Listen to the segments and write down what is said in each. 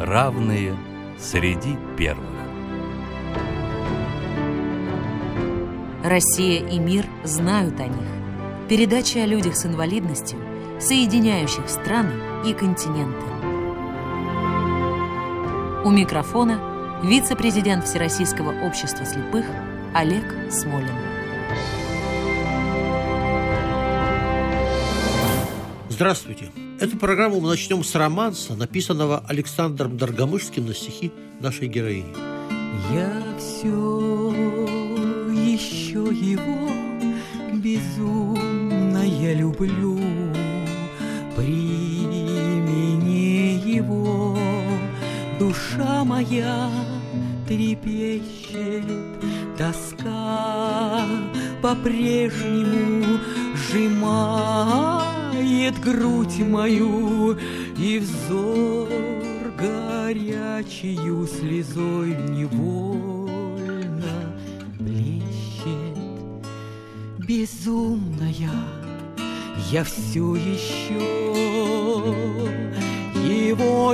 равные среди первых. Россия и мир знают о них. Передача о людях с инвалидностью, соединяющих страны и континенты. У микрофона вице-президент Всероссийского общества слепых Олег Смолин. Здравствуйте. Эту программу мы начнем с романса, написанного Александром Доргомышским на стихи нашей героини. Я все еще его безумно я люблю, при имени его душа моя трепещет, тоска по-прежнему сжимает грудь мою, и взор горячею слезой невольно блещет. Безумная я все еще его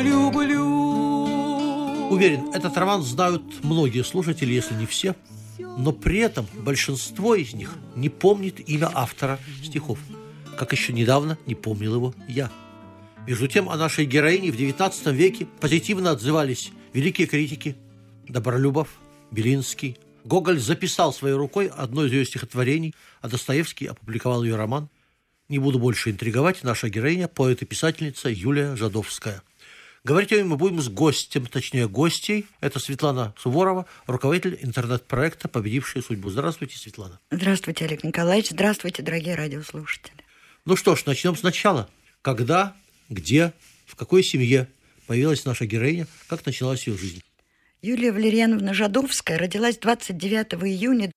люблю. Уверен, этот роман знают многие слушатели, если не все, но при этом большинство из них не помнит имя автора стихов, как еще недавно не помнил его я. Между тем, о нашей героине в XIX веке позитивно отзывались великие критики Добролюбов, Белинский. Гоголь записал своей рукой одно из ее стихотворений, а Достоевский опубликовал ее роман. Не буду больше интриговать, наша героиня – поэт и писательница Юлия Жадовская. Говорить о ней мы будем с гостем, точнее гостей. Это Светлана Суворова, руководитель интернет-проекта «Победившие судьбу». Здравствуйте, Светлана. Здравствуйте, Олег Николаевич. Здравствуйте, дорогие радиослушатели. Ну что ж, начнем сначала. Когда, где, в какой семье появилась наша героиня, как началась ее жизнь? Юлия Валерьяновна Жадовская родилась 29 июня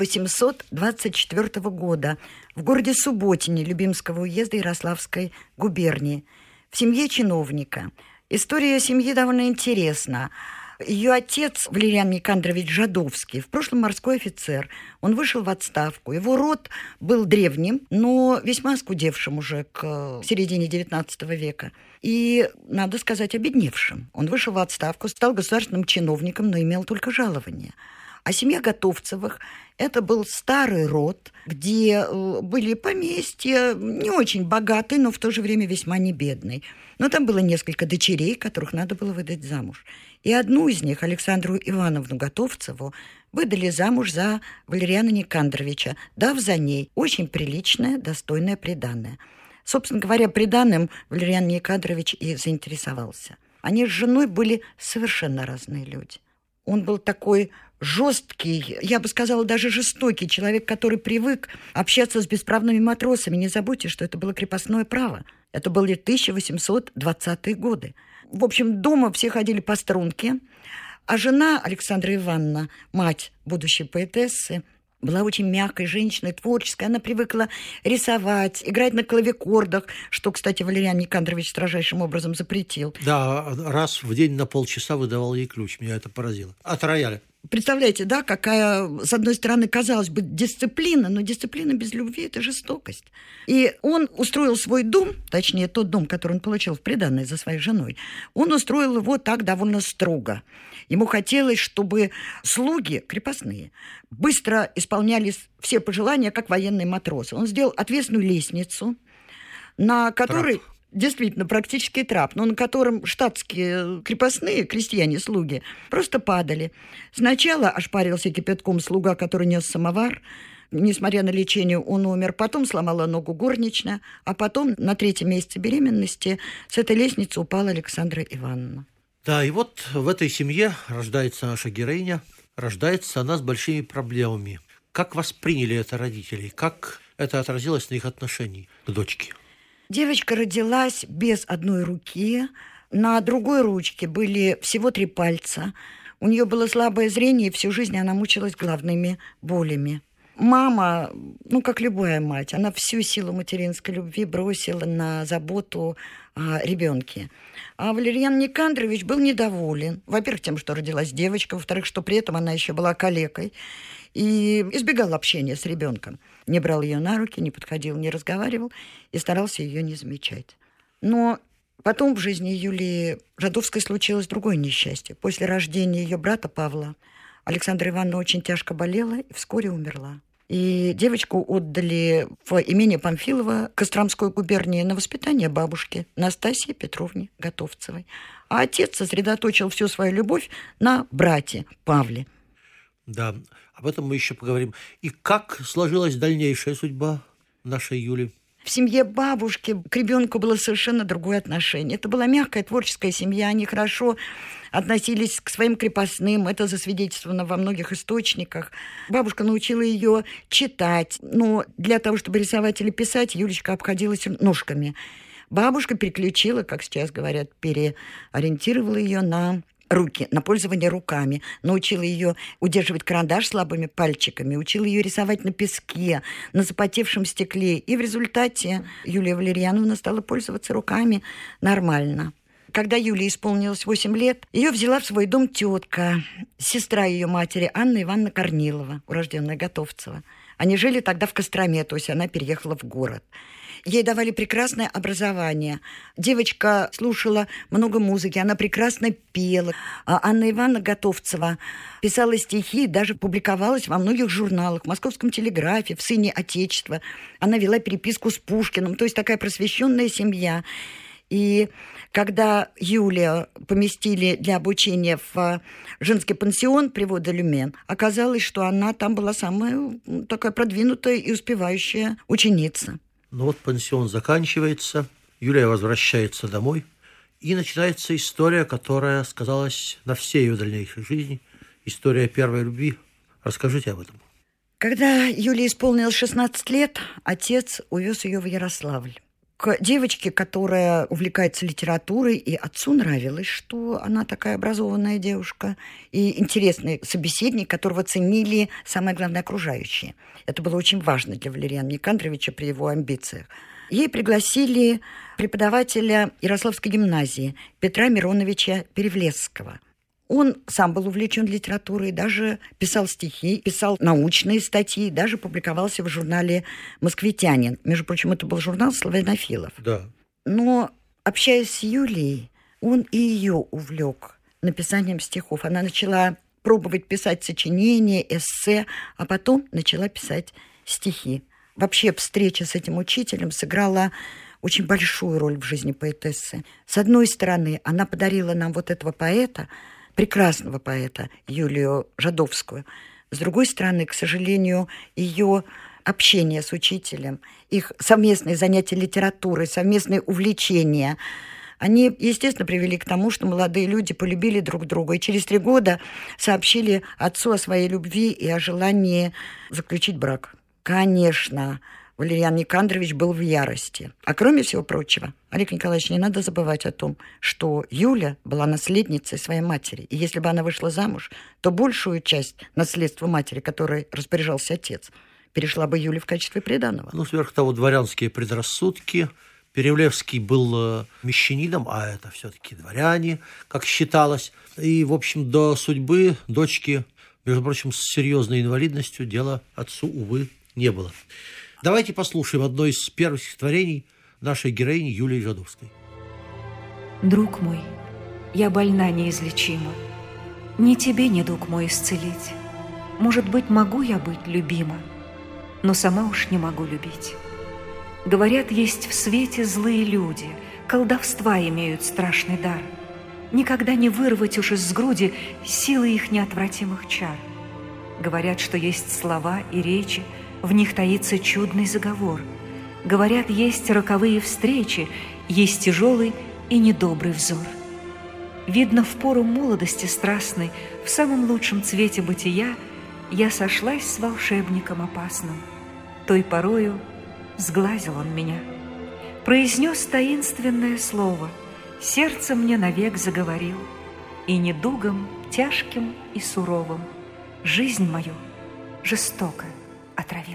1824 года в городе Субботине Любимского уезда Ярославской губернии в семье чиновника. История семьи довольно интересна. Ее отец, Валериан Никандрович Жадовский, в прошлом морской офицер. Он вышел в отставку. Его род был древним, но весьма оскудевшим уже к середине XIX века. И, надо сказать, обедневшим. Он вышел в отставку, стал государственным чиновником, но имел только жалование. А семья Готовцевых – это был старый род, где были поместья, не очень богатые, но в то же время весьма не бедные. Но там было несколько дочерей, которых надо было выдать замуж. И одну из них, Александру Ивановну Готовцеву, выдали замуж за Валериана Никандровича, дав за ней очень приличное, достойное приданое. Собственно говоря, приданым Валериан Никандрович и заинтересовался. Они с женой были совершенно разные люди. Он был такой жесткий, я бы сказала, даже жестокий человек, который привык общаться с бесправными матросами. Не забудьте, что это было крепостное право. Это были 1820-е годы. В общем, дома все ходили по струнке, а жена Александра Ивановна, мать будущей поэтессы, была очень мягкой женщиной, творческой. Она привыкла рисовать, играть на клавикордах, что, кстати, Валериан Никандрович строжайшим образом запретил. Да, раз в день на полчаса выдавал ей ключ. Меня это поразило. От рояля. Представляете, да, какая, с одной стороны, казалось бы, дисциплина, но дисциплина без любви – это жестокость. И он устроил свой дом, точнее, тот дом, который он получил в приданое за своей женой, он устроил его так довольно строго. Ему хотелось, чтобы слуги крепостные быстро исполняли все пожелания, как военные матросы. Он сделал отвесную лестницу, на которой... Трап. Действительно, практически трап, но на котором штатские крепостные, крестьяне, слуги, просто падали. Сначала ошпарился кипятком слуга, который нес самовар. Несмотря на лечение, он умер. Потом сломала ногу горничная. А потом, на 3-м месяце беременности, с этой лестницы упала Александра Ивановна. Да, и вот в этой семье рождается наша героиня. Рождается она с большими проблемами. Как восприняли это родители? Как это отразилось на их отношении к дочке? Девочка родилась без одной руки. На другой ручке были всего 3 пальца. У нее было слабое зрение, и всю жизнь она мучилась головными болями. Мама, как любая мать, она всю силу материнской любви бросила на заботу о ребенке. А Валериан Никандрович был недоволен. Во-первых, тем, что родилась девочка. Во-вторых, что при этом она еще была калекой. И избегал общения с ребенком. Не брал ее на руки, не подходил, не разговаривал и старался ее не замечать. Но Потом в жизни Юлии Жадовской случилось другое несчастье. После рождения ее брата Павла Александра Ивановна очень тяжко болела и вскоре умерла. И девочку отдали в имение Памфилова Костромской губернии на воспитание бабушки Настасьи Петровне Готовцевой. А отец сосредоточил всю свою любовь на брате Павле. Да, об этом мы еще поговорим. И как сложилась дальнейшая судьба нашей Юли? В семье бабушки к ребенку было совершенно другое отношение. Это была мягкая творческая семья, они хорошо относились к своим крепостным, это засвидетельствовано во многих источниках. Бабушка научила ее читать, но для того, чтобы рисовать или писать, Юлечка обходилась ножками. Бабушка переключила, как сейчас говорят, переориентировала ее на руки, на пользование руками, научила ее удерживать карандаш слабыми пальчиками, учила ее рисовать на песке, на запотевшем стекле. И в результате Юлия Валерьяновна стала пользоваться руками нормально. Когда Юлии исполнилось 8 лет, ее взяла в свой дом тетка, сестра ее матери Анна Ивановна Корнилова, урожденная Готовцева. Они жили тогда в Костроме, то есть она переехала в город. Ей давали прекрасное образование. Девочка слушала много музыки, она прекрасно пела. А Анна Ивановна Готовцева писала стихи, даже публиковалась во многих журналах, в «Московском телеграфе», в «Сыне Отечества». Она вела переписку с Пушкиным, то есть такая просвещенная семья. И когда Юлию поместили для обучения в женский пансион при Водолюмен, оказалось, что она там была самая такая продвинутая и успевающая ученица. Ну вот пансион заканчивается, Юлия возвращается домой, и начинается история, которая сказалась на всей ее дальнейшей жизни. История первой любви. Расскажите об этом. Когда Юлии исполнилось 16 лет, отец увез ее в Ярославль. К девочке, которая увлекается литературой, и отцу нравилось, что она такая образованная девушка и интересный собеседник, которого ценили, самое главное, окружающие. Это было очень важно для Валериана Никандровича при его амбициях. Ей пригласили преподавателя Ярославской гимназии Петра Мироновича Перевлесского. Он сам был увлечен литературой, даже писал стихи, писал научные статьи, даже публиковался в журнале «Москвитянин». Между прочим, это был журнал славянофилов. Да. Но, общаясь с Юлией, он и ее увлек написанием стихов. Она начала пробовать писать сочинения, эссе, а потом начала писать стихи. Вообще, встреча с этим учителем сыграла очень большую роль в жизни поэтессы. С одной стороны, она подарила нам вот этого поэта, прекрасного поэта Юлию Жадовскую. С другой стороны, к сожалению, ее общение с учителем, их совместные занятия литературой, совместные увлечения, они, естественно, привели к тому, что молодые люди полюбили друг друга и через 3 года сообщили отцу о своей любви и о желании заключить брак. Конечно, Валериан Никандрович был в ярости. А кроме всего прочего, Олег Николаевич, не надо забывать о том, что Юля была наследницей своей матери. И если бы она вышла замуж, то большую часть наследства матери, которой распоряжался отец, перешла бы Юле в качестве приданого. Ну, сверх того, дворянские предрассудки. Перевлевский был мещанином, а это все-таки дворяне, как считалось. И, в общем, до судьбы дочки, между прочим, с серьезной инвалидностью дела отцу, увы, не было. Давайте послушаем одно из первых стихотворений нашей героини Юлии Жадовской. Друг мой, я больна неизлечимо, не тебе недуг мой исцелить. Может быть, могу я быть любима, но сама уж не могу любить. Говорят, есть в свете злые люди, колдовства имеют страшный дар. Никогда не вырвать уж из груди силы их неотвратимых чар. Говорят, что есть слова и речи, в них таится чудный заговор. Говорят, есть роковые встречи, есть тяжелый и недобрый взор. Видно, в пору молодости страстной, в самом лучшем цвете бытия, я сошлась с волшебником опасным. Той порою сглазил он меня, произнес таинственное слово, сердце мне навек заговорил, и недугом тяжким и суровым жизнь мою жестоко отравил.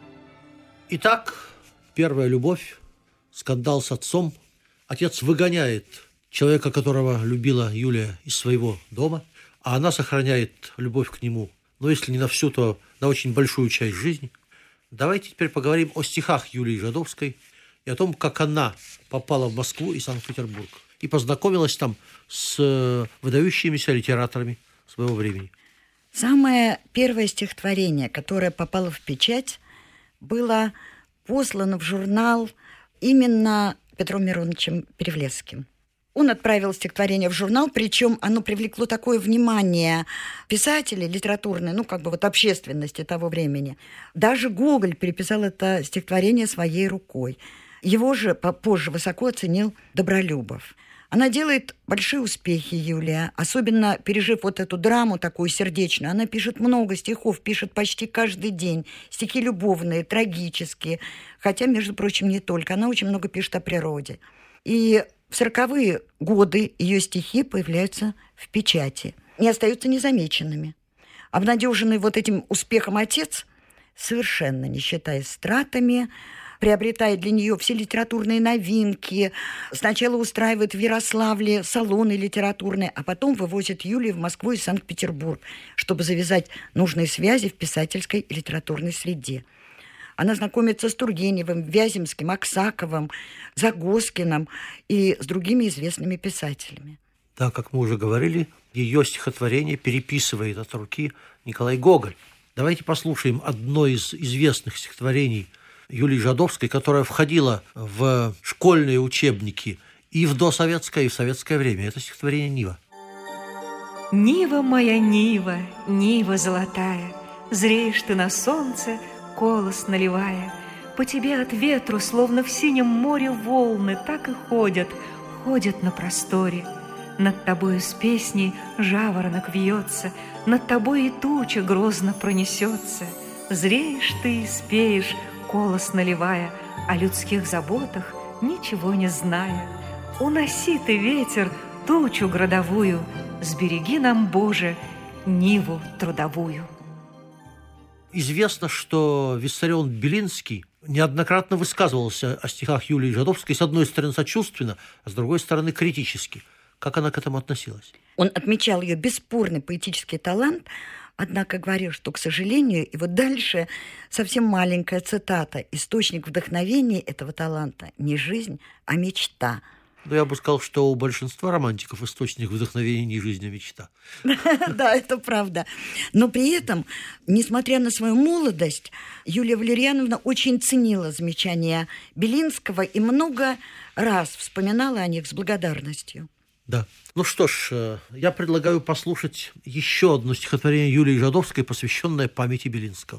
Итак, первая любовь, скандал с отцом. Отец выгоняет человека, которого любила Юлия, из своего дома, а она сохраняет любовь к нему, но если не на всю, то на очень большую часть жизни. Давайте теперь поговорим о стихах Юлии Жадовской и о том, как она попала в Москву и Санкт-Петербург и познакомилась там с выдающимися литераторами своего времени. Самое первое стихотворение, которое попало в печать, было послано в журнал именно Петром Мироновичем Перевлецким. Он отправил стихотворение в журнал, причем оно привлекло такое внимание писателей литературной, общественности того времени. Даже Гоголь переписал это стихотворение своей рукой. Его же позже высоко оценил Добролюбов. Она делает большие успехи, Юлия, особенно пережив вот эту драму такую сердечную. Она пишет много стихов, пишет почти каждый день. Стихи любовные, трагические. Хотя, между прочим, не только. Она очень много пишет о природе. И в 40-е годы ее стихи появляются в печати. Не остаются незамеченными. Обнадеженный вот этим успехом отец, совершенно не считаясь стратами, приобретает для нее все литературные новинки. Сначала устраивает в Ярославле салоны литературные, а потом вывозит Юлию в Москву и Санкт-Петербург, чтобы завязать нужные связи в писательской и литературной среде. Она знакомится с Тургеневым, Вяземским, Аксаковым, Загоскиным и с другими известными писателями. Да, как мы уже говорили, ее стихотворение переписывает от руки Николай Гоголь. Давайте послушаем одно из известных стихотворений Юлии Жадовской, которая входила в школьные учебники и в досоветское, и в советское время. Это стихотворение «Нива». Нива моя, Нива, Нива золотая, зреешь ты на солнце, колос наливая. По тебе от ветру, словно в синем море, волны так и ходят, ходят на просторе. Над тобою с песней жаворонок вьется, над тобой и туча грозно пронесется. Зреешь ты и спеешь, колос наливая, о людских заботах ничего не зная. Уноси ты, ветер, тучу градовую, сбереги нам, Боже, Ниву трудовую. Известно, что Виссарион Белинский неоднократно высказывался о стихах Юлии Жадовской, с одной стороны сочувственно, а с другой стороны критически. Как она к этому относилась? Он отмечал ее бесспорный поэтический талант, однако говорил, что, к сожалению, и вот дальше совсем маленькая цитата: «Источник вдохновения этого таланта не жизнь, а мечта». Но я бы сказал, что у большинства романтиков источник вдохновения не жизнь, а мечта. Да, это правда. Но при этом, несмотря на свою молодость, Юлия Валерьяновна очень ценила замечания Белинского и много раз вспоминала о них с благодарностью. Да. Ну что ж, я предлагаю послушать еще одно стихотворение Юлии Жадовской, посвященное памяти Белинского.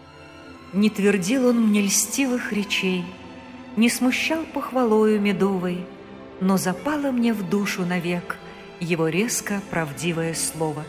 Не твердил он мне льстивых речей, не смущал похвалою медовой, но запало мне в душу навек его резко правдивое слово.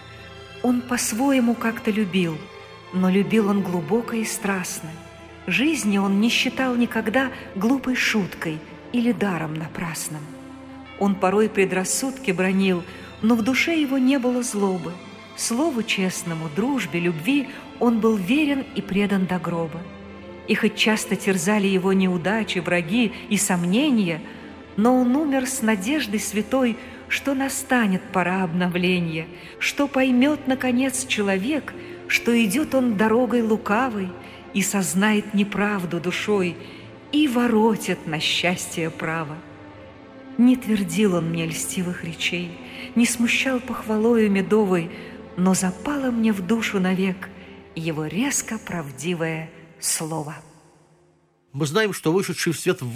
Он по-своему как-то любил, но любил он глубоко и страстно. Жизни он не считал никогда глупой шуткой или даром напрасным. Он порой предрассудки бранил, но в душе его не было злобы. Слову честному, дружбе, любви он был верен и предан до гроба. И хоть часто терзали его неудачи, враги и сомнения, но он умер с надеждой святой, что настанет пора обновления, что поймет, наконец, человек, что идет он дорогой лукавой и сознает неправду душой и воротит на счастье право. Не твердил он мне льстивых речей, не смущал похвалою медовой, но запало мне в душу навек его резко правдивое слово. Мы знаем, что вышедший в свет в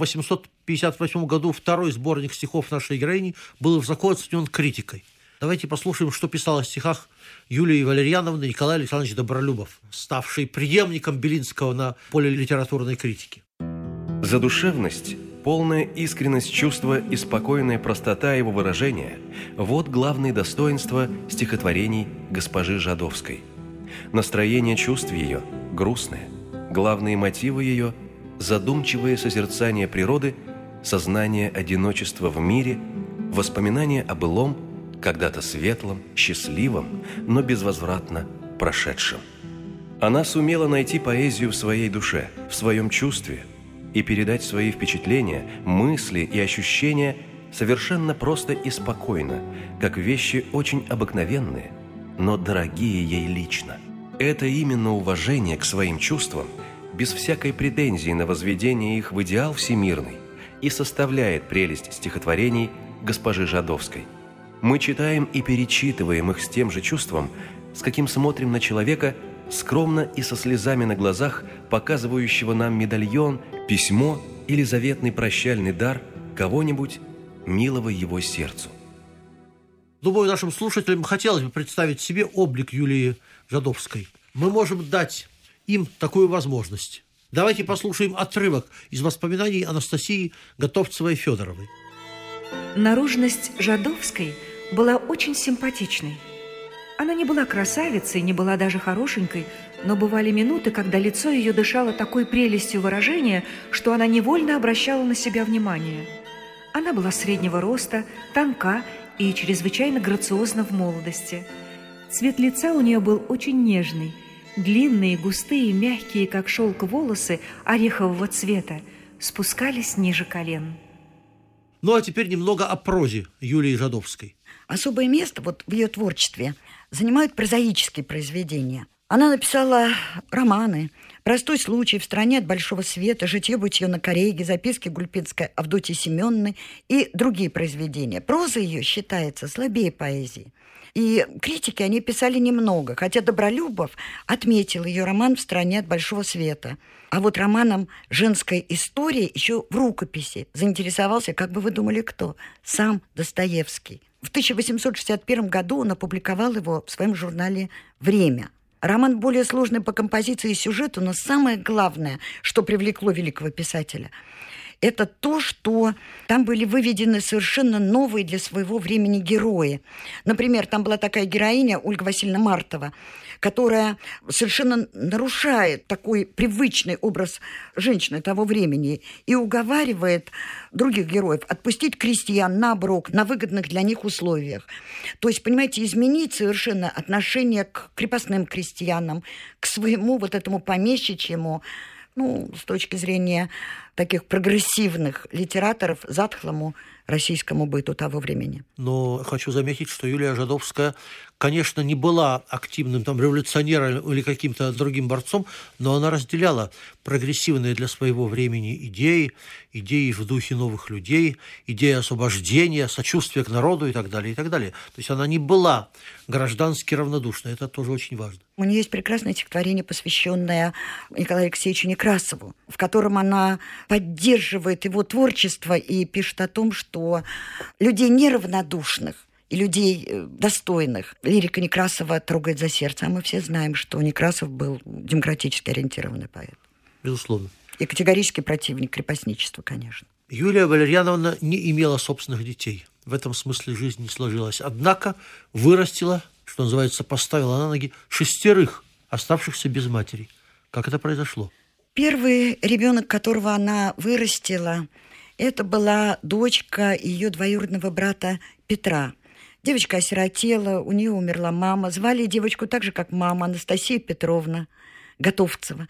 858 году второй сборник стихов нашей героини был высоко оценен критикой. Давайте послушаем, что писал о стихах Юлии Валерьяновны Николай Александрович Добролюбов, ставший преемником Белинского на поле литературной критики. Задушевность, полная искренность чувства и спокойная простота его выражения – вот главные достоинства стихотворений госпожи Жадовской. Настроение чувств ее грустное, главные мотивы ее – задумчивое созерцание природы, сознание одиночества в мире, воспоминания о былом, когда-то светлом, счастливом, но безвозвратно прошедшем. Она сумела найти поэзию в своей душе, в своем чувстве и передать свои впечатления, мысли и ощущения совершенно просто и спокойно, как вещи очень обыкновенные, но дорогие ей лично. Это именно уважение к своим чувствам без всякой претензии на возведение их в идеал всемирный и составляет прелесть стихотворений госпожи Жадовской. Мы читаем и перечитываем их с тем же чувством, с каким смотрим на человека, скромно и со слезами на глазах, показывающего нам медальон, письмо или заветный прощальный дар кого-нибудь, милого его сердцу. Думаю, нашим слушателям хотелось бы представить себе облик Юлии Жадовской. Мы можем дать им такую возможность. Давайте послушаем отрывок из воспоминаний Анастасии Готовцевой-Федоровой. Наружность Жадовской была очень симпатичной. Она не была красавицей, не была даже хорошенькой, но бывали минуты, когда лицо ее дышало такой прелестью выражения, что она невольно обращала на себя внимание. Она была среднего роста, тонка и чрезвычайно грациозна в молодости. Цвет лица у нее был очень нежный. Длинные, густые, мягкие, как шелк, волосы орехового цвета спускались ниже колен. Ну, а теперь немного о прозе Юлии Жадовской. Особое место вот в ее творчестве занимают прозаические произведения. Она написала романы «Простой случай», «В стране от большого света», «Житье-бытье на Корейге», «Записки Гульпинской Авдотьи Семеновны» и другие произведения. Проза ее считается слабее поэзии. И критики они писали немного, хотя Добролюбов отметил ее роман «В стране от большого света». А вот романом «Женская история» еще в рукописи заинтересовался, как бы вы думали, кто? Сам Достоевский. В 1861 году он опубликовал его в своем журнале «Время». Роман более сложный по композиции и сюжету, но самое главное, что привлекло великого писателя, это то, что там были выведены совершенно новые для своего времени герои. Например, там была такая героиня Ольга Васильевна Мартова, которая совершенно нарушает такой привычный образ женщины того времени и уговаривает других героев отпустить крестьян на оброк, на выгодных для них условиях. То есть, понимаете, изменить совершенно отношение к крепостным крестьянам, к своему вот этому помещичьему, с точки зрения таких прогрессивных литераторов, затхлому российскому быту того времени. Но хочу заметить, что Юлия Жадовская, конечно, не была активным революционером или каким-то другим борцом, но она разделяла прогрессивные для своего времени идеи в духе новых людей, идеи освобождения, сочувствия к народу и так далее, и так далее. То есть она не была граждански равнодушной, это тоже очень важно. У нее есть прекрасное стихотворение, посвященное Николаю Алексеевичу Некрасову, в котором она поддерживает его творчество и пишет о том, что людей неравнодушных и людей достойных лирика Некрасова трогает за сердце. А мы все знаем, что Некрасов был демократически ориентированный поэт. Безусловно. И категорический противник крепостничества, конечно. Юлия Валерьяновна не имела собственных детей. В этом смысле жизнь не сложилась. Однако вырастила, что называется, поставила на ноги 6 оставшихся без матери. Как это произошло? Первый ребенок, которого она вырастила, это была дочка ее двоюродного брата Петра. Девочка осиротела, у нее умерла мама. Звали девочку так же, как мама, Анастасия Петровна Готовцева.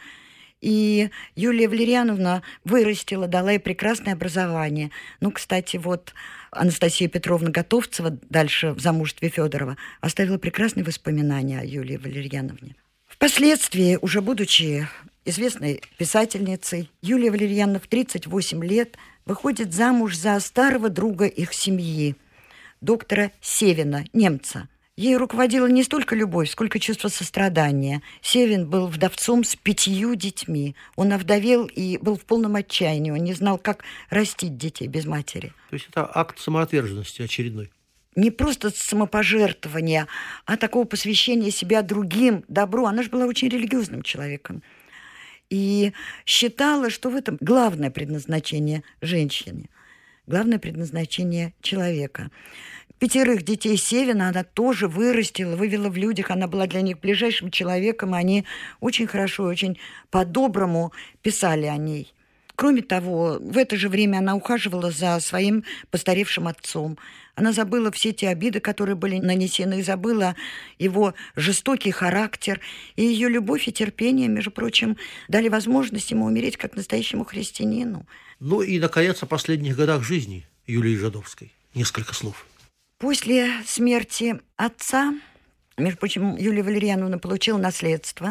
И Юлия Валерьяновна вырастила, дала ей прекрасное образование. Кстати, вот Анастасия Петровна Готовцева, дальше в замужестве Федорова, оставила прекрасные воспоминания о Юлии Валерьяновне. Впоследствии, уже будучи известной писательницей, Юлия Валерьяновна в 38 лет выходит замуж за старого друга их семьи, доктора Севина, немца. Ей руководила не столько любовь, сколько чувство сострадания. Севин был вдовцом с 5 детьми. Он овдовел и был в полном отчаянии. Он не знал, как растить детей без матери. То есть это акт самоотверженности очередной. Не просто самопожертвование, а такого посвящения себя другим, добру. Она же была очень религиозным человеком. И считала, что в этом главное предназначение женщины, главное предназначение человека. 5 детей Севина она тоже вырастила, вывела в людях. Она была для них ближайшим человеком, и они очень хорошо, очень по-доброму писали о ней. Кроме того, в это же время она ухаживала за своим постаревшим отцом. Она забыла все те обиды, которые были нанесены, и забыла его жестокий характер. И ее любовь и терпение, между прочим, дали возможность ему умереть как настоящему христианину. И, наконец, о последних годах жизни Юлии Жадовской. Несколько слов. После смерти отца, между прочим, Юлия Валерьяновна получила наследство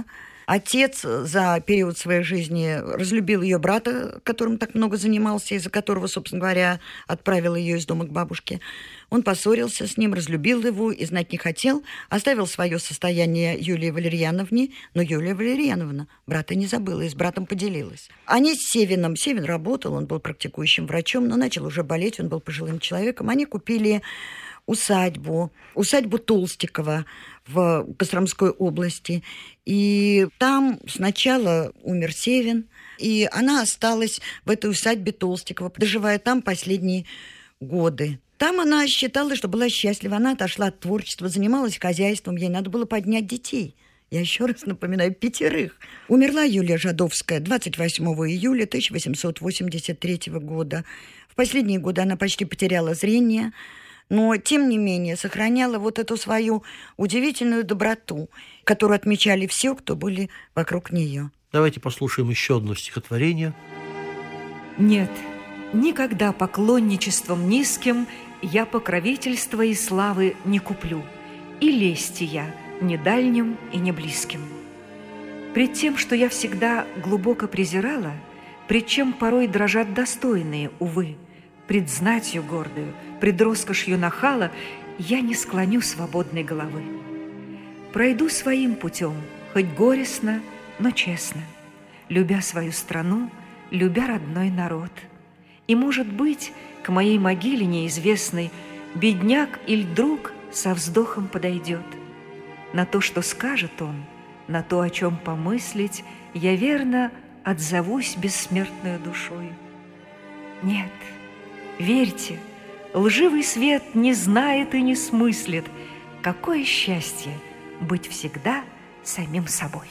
Отец за период своей жизни разлюбил ее брата, которым так много занимался, из-за которого, собственно говоря, отправил ее из дома к бабушке. Он поссорился с ним, разлюбил его и знать не хотел, оставил свое состояние Юлии Валерьяновне, но Юлия Валерьяновна брата не забыла и с братом поделилась. Они с Севиным, Севин работал, он был практикующим врачом, но начал уже болеть, он был пожилым человеком. Они купили усадьбу Толстикова в Костромской области. И там сначала умер Севин, и она осталась в этой усадьбе Толстикова, доживая там последние годы. Там она считала, что была счастлива. Она отошла от творчества, занималась хозяйством. Ей надо было поднять детей. Я еще раз напоминаю, 5. Умерла Юлия Жадовская 28 июля 1883 года. В последние годы она почти потеряла зрение, но, тем не менее, сохраняла вот эту свою удивительную доброту, которую отмечали все, кто были вокруг нее. Давайте послушаем еще одно стихотворение. Нет, никогда поклонничеством низким я покровительства и славы не куплю, и лести я ни дальним и ни близким. Пред тем, что я всегда глубоко презирала, пред чем порой дрожат достойные, увы, пред знатью гордою, пред роскошью нахала, я не склоню свободной головы. Пройду своим путем, хоть горестно, но честно, любя свою страну, любя родной народ. И, может быть, к моей могиле неизвестной бедняк или друг со вздохом подойдет. На то, что скажет он, на то, о чем помыслить, я верно отзовусь бессмертной душой. Нет, верьте, лживый свет не знает и не смыслит, какое счастье быть всегда самим собой.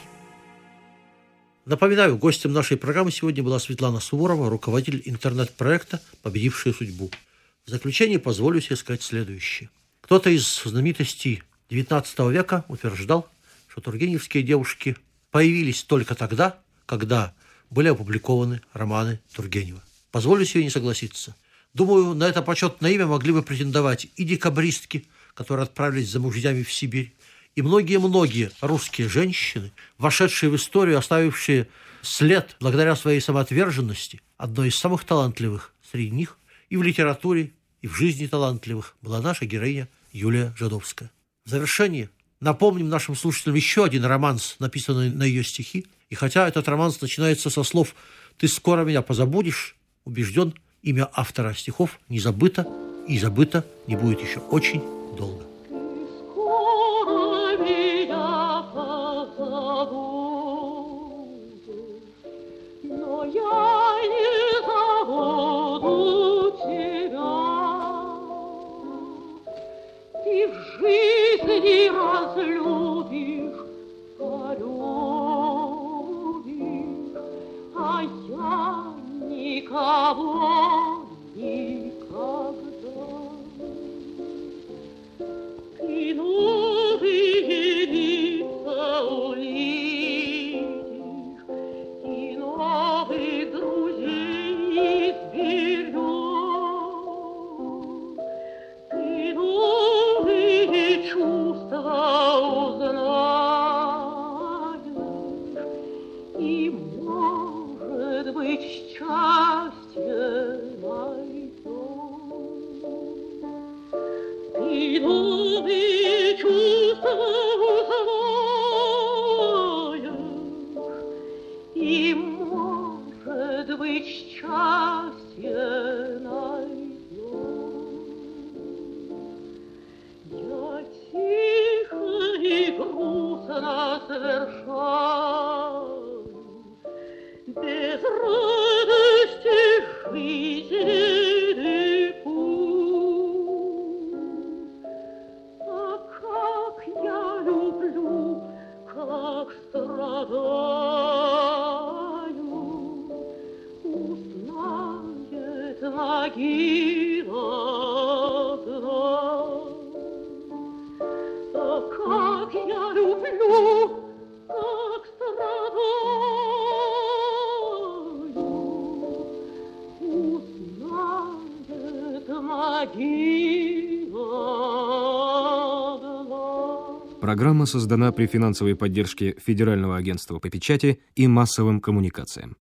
Напоминаю, гостем нашей программы сегодня была Светлана Суворова, руководитель интернет-проекта «Победившие судьбу». В заключение позволю себе сказать следующее. Кто-то из знаменитостей XIX века утверждал, что тургеневские девушки появились только тогда, когда были опубликованы романы Тургенева. Позволю себе не согласиться. Думаю, на это почетное имя могли бы претендовать и декабристки, которые отправились за мужьями в Сибирь, и многие-многие русские женщины, вошедшие в историю, оставившие след благодаря своей самоотверженности, одной из самых талантливых среди них и в литературе, и в жизни талантливых была наша героиня Юлия Жадовская. В завершение напомним нашим слушателям еще один романс, написанный на ее стихи. И хотя этот романс начинается со слов «Ты скоро меня позабудешь», убежден, имя автора стихов не забыто и забыто не будет еще очень долго. Жизни разлюбишь, полюбишь, а я никого никогда. И новые лица увидишь, и новых друзей изберешь. Узнаешь, и, может быть, счастье найдешь. Ты новые чувства узнаешь, и, может быть, счастье найдешь. И грустно совершаю без радости жизненный путь. А как я люблю, как страдаю, узнает могила одна. Как я люблю, как страдаю, узнает могила одна. Программа создана при финансовой поддержке Федерального агентства по печати и массовым коммуникациям.